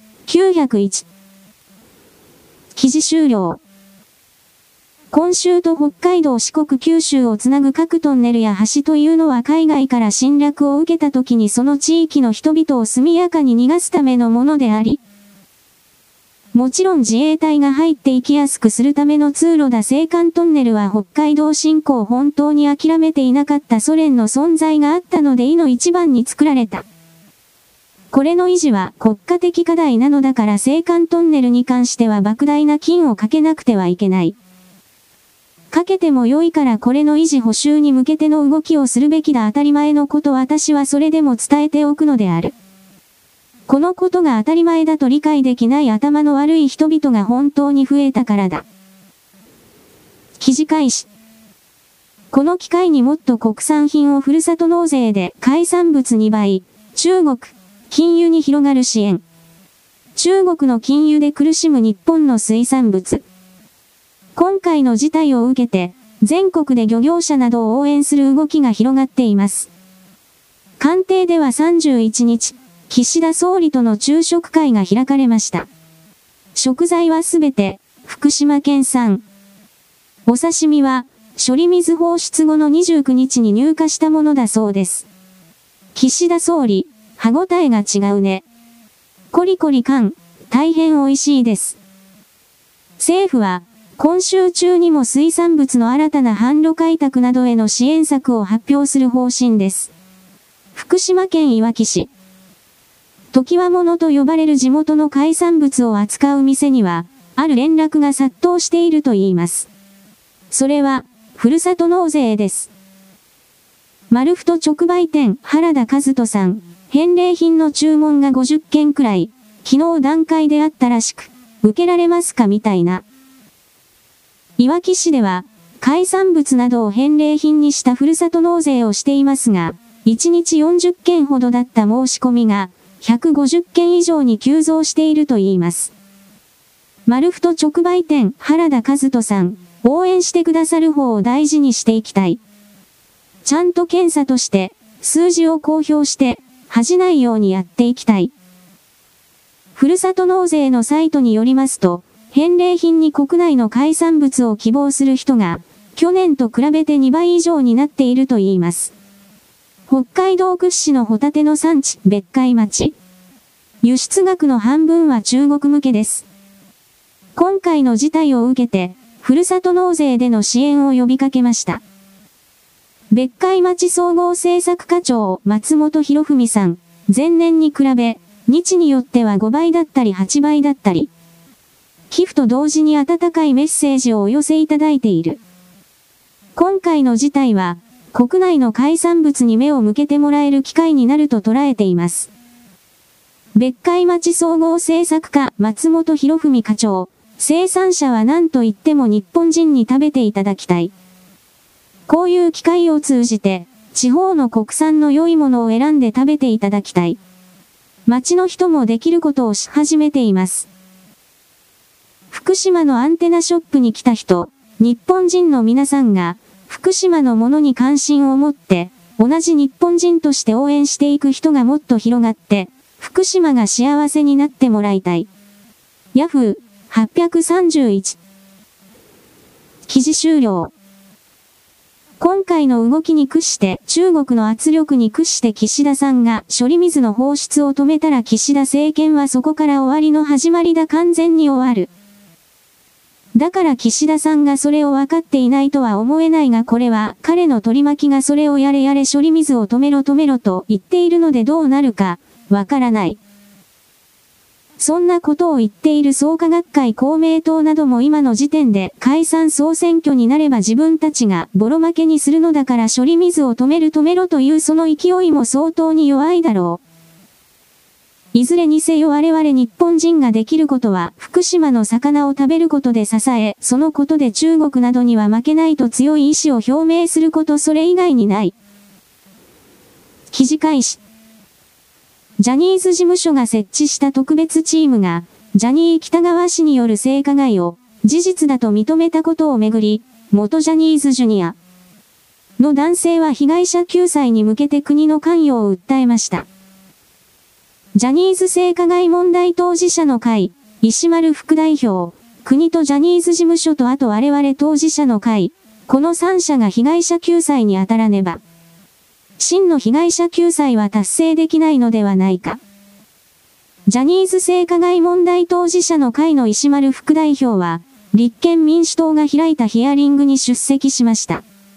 901記事終了。今週と北海道四国九州をつなぐ各トンネルや橋というのは海外から侵略を受けた時にその地域の人々を速やかに逃がすためのものであり、もちろん自衛隊が入っていきやすくするための通路だ。青函トンネルは北海道侵攻を本当に諦めていなかったソ連の存在があったのでいの一番に作られた。これの維持は国家的課題なのだから青函トンネルに関しては莫大な金をかけなくてはいけない。かけても良いからこれの維持補修に向けての動きをするべきだ。当たり前のこと私はそれでも伝えておくのである。このことが当たり前だと理解できない頭の悪い人々が本当に増えたからだ。記事開始。この機会にもっと国産品をふるさと納税で海産物2倍、中国、禁輸に広がる支援。中国の禁輸で苦しむ日本の水産物。今回の事態を受けて、全国で漁業者などを応援する動きが広がっています。官邸では31日、岸田総理との昼食会が開かれました。食材はすべて、福島県産。お刺身は、処理水放出後の29日に入荷したものだそうです。岸田総理、歯ごたえが違うね。コリコリ感、大変美味しいです。政府は、今週中にも水産物の新たな販路開拓などへの支援策を発表する方針です。福島県いわき市。常盤ものと呼ばれる地元の海産物を扱う店には、ある連絡が殺到しているといいます。それは、ふるさと納税です。丸太直売店原田和人さん、返礼品の注文が50件くらい、昨日段階であったらしく、受けられますかみたいな。いわき市では、海産物などを返礼品にしたふるさと納税をしていますが、1日40件ほどだった申し込みが、150件以上に急増しているといいます。丸太直売店原田和人さん、応援してくださる方を大事にしていきたい。ちゃんと検査として、数字を公表して、恥じないようにやっていきたい。ふるさと納税のサイトによりますと、返礼品に国内の海産物を希望する人が、去年と比べて2倍以上になっているといいます。北海道屈指のホタテの産地、別海町。輸出額の半分は中国向けです。今回の事態を受けて、ふるさと納税での支援を呼びかけました。別海町総合政策課長、松本博文さん、前年に比べ、日によっては5倍だったり8倍だったり。寄付と同時に温かいメッセージをお寄せいただいている。今回の事態は、国内の海産物に目を向けてもらえる機会になると捉えています。別海町総合政策課松本博文課長、生産者は何と言っても日本人に食べていただきたい。こういう機会を通じて、地方の国産の良いものを選んで食べていただきたい。町の人もできることをし始めています。福島のアンテナショップに来た人、日本人の皆さんが、福島のものに関心を持って、同じ日本人として応援していく人がもっと広がって、福島が幸せになってもらいたい。ヤフー831記事終了。今回の動きに屈して中国の圧力に屈して岸田さんが処理水の放出を止めたら岸田政権はそこから終わりの始まりだ。完全に終わる。 だから岸田さんがそれを分かっていないとは思えないがこれは彼の取り巻きがそれをやれやれ処理水を止めろと言っているのでどうなるかわからない。そんなことを言っている創価学会公明党なども今の時点で解散総選挙になれば自分たちがボロ負けにするのだから処理水を止めろというその勢いも相当に弱いだろう。いずれにせよ我々日本人ができることは福島の魚を食べることで支え、そのことで中国などには負けないと強い意志を表明することそれ以外にない。記事開始。ジャニーズ事務所が設置した特別チームが、ジャニー喜多川氏による性加害を事実だと認めたことをめぐり、元ジャニーズジュニアの男性は被害者救済に向けて国の関与を訴えました。ジャニーズ性加害問題当事者の会、石丸副代表、国とジャニーズ事務所とあと我々当事者の会、この3者が被害者救済に当たらねば、真の被害者救済は達成できないのではないか。ジャニーズ性加害問題当事者の会の石丸副代表は、立憲民主党が開いたヒアリングに出席しました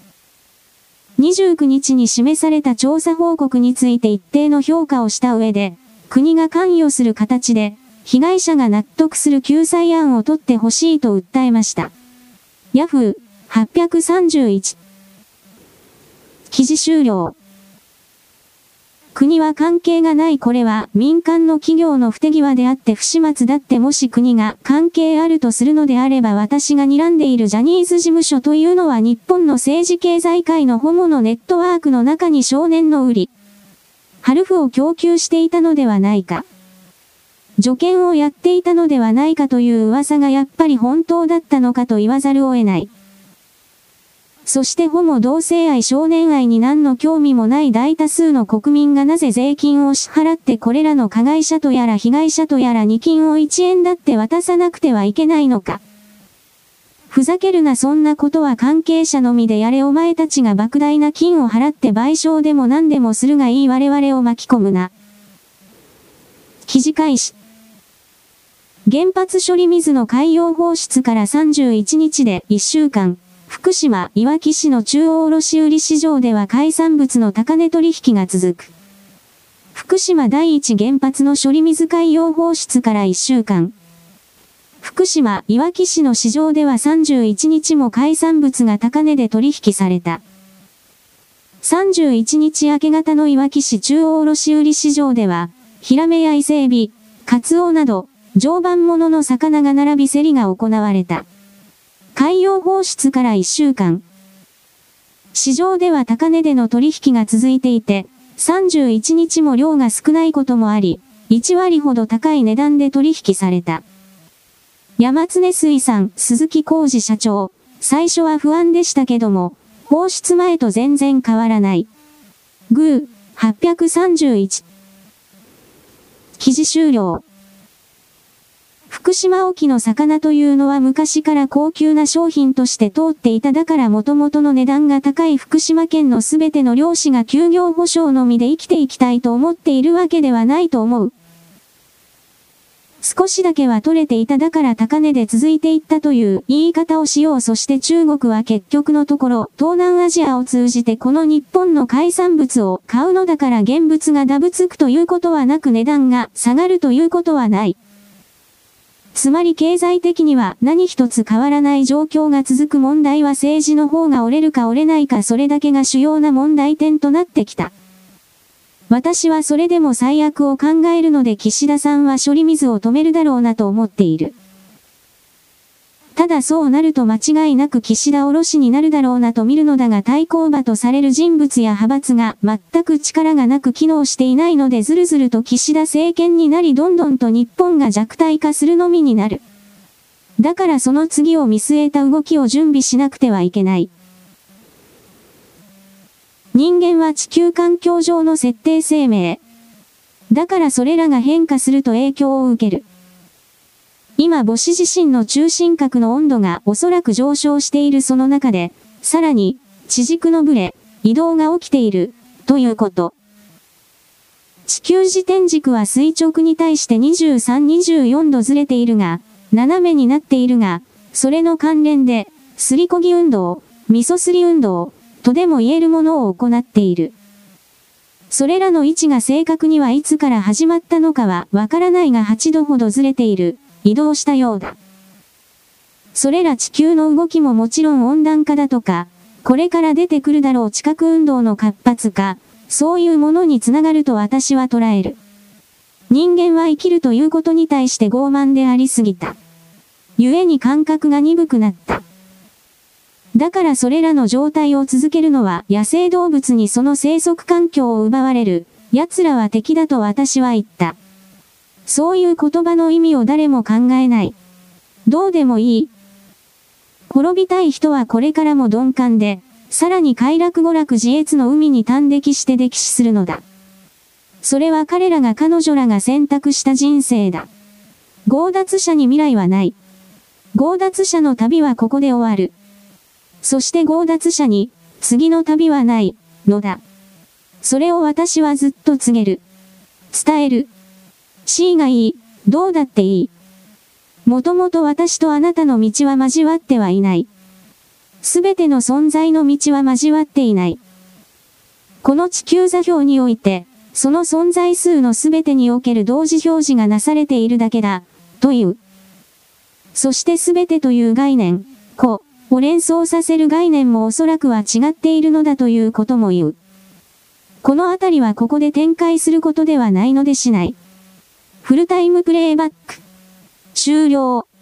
。29日に示された調査報告について一定の評価をした上で、国が関与する形で、被害者が納得する救済案を取ってほしいと訴えました。ヤフー831。記事終了。国は関係がないこれは民間の企業の不手際であって不始末だってもし国が関係あるとするのであれば私が睨んでいるジャニーズ事務所というのは日本の政治経済界のホモのネットワークの中に少年の売り、ハルフを供給していたのではないか。助言をやっていたのではないかという噂がやっぱり本当だったのかと言わざるを得ない。そしてホモ同性愛少年愛に何の興味もない大多数の国民がなぜ税金を支払ってこれらの加害者とやら被害者とやらに金を1円だって渡さなくてはいけないのか。ふざけるなそんなことは関係者のみでやれお前たちが莫大な金を払って賠償でも何でもするがいい我々を巻き込むな。記事開始。原発処理水の海洋放出から31日で1週間。福島・いわき市の中央卸売市場では海産物の高値取引が続く。福島第一原発の処理水海洋放出から1週間。福島・いわき市の市場では31日も海産物が高値で取引された。31日明け方のいわき市中央卸売市場では、ヒラメや伊勢エビ、カツオなど、常磐ものの魚が並び競りが行われた。海洋放出から1週間。市場では高値での取引が続いていて、31日も量が少ないこともあり、1割ほど高い値段で取引された。山常水産、鈴木浩二社長、最初は不安でしたけども、放出前と全然変わらない。グー、831。記事終了。福島沖の魚というのは昔から高級な商品として通っていただから元々の値段が高い福島県のすべての漁師が休業保障のみで生きていきたいと思っているわけではないと思う。少しだけは取れていただから高値で続いていったという言い方をしよう。そして中国は結局のところ東南アジアを通じてこの日本の海産物を買うのだから現物がダブつくということはなく値段が下がるということはない。つまり経済的には何一つ変わらない状況が続く。問題は政治の方が折れるか折れないかそれだけが主要な問題点となってきた。私はそれでも最悪を考えるので岸田さんは処理水を止めるだろうなと思っている。ただそうなると間違いなく岸田降ろしになるだろうなと見るのだが対抗馬とされる人物や派閥が全く力がなく機能していないのでずるずると岸田政権になりどんどんと日本が弱体化するのみになる。だからその次を見据えた動きを準備しなくてはいけない。人間は地球環境上の設定生命。だからそれらが変化すると影響を受ける。今母子自身の中心核の温度がおそらく上昇しているその中で、さらに地軸のブレ、移動が起きている、ということ。地球自転軸は垂直に対して23、24度ずれているが、斜めになっているが、 それの関連で、すりこぎ運動、味噌すり運動、とでも言えるものを行っている。それらの位置が正確にはいつから始まったのかはわからないが8度ほどずれている、移動したようだ。それら地球の動きももちろん温暖化だとか、これから出てくるだろう地殻運動の活発化、そういうものにつながると私は捉える。人間は生きるということに対して傲慢でありすぎた。故に感覚が鈍くなった。だからそれらの状態を続けるのは野生動物にその生息環境を奪われる。奴らは敵だと私は言った。そういう言葉の意味を誰も考えない。どうでもいい。滅びたい人はこれからも鈍感で、さらに快楽娯楽自越の海に端溺して溺死するのだ。それは彼ら彼女が選択した人生だ。強奪者に未来はない。強奪者の旅はここで終わる。そして強奪者に、次の旅はない、のだ。それを私はずっと告げる。伝える。C がいい、どうだっていい。もともと私とあなたの道は交わってはいない。すべての存在の道は交わっていない。この地球座標において、その存在数のすべてにおける同時表示がなされているだけだ、という。そしてすべてという概念、個を連想させる概念もおそらくは違っているのだということも言う。このあたりはここで展開することではないのでしない。フルタイムプレイバック。終了。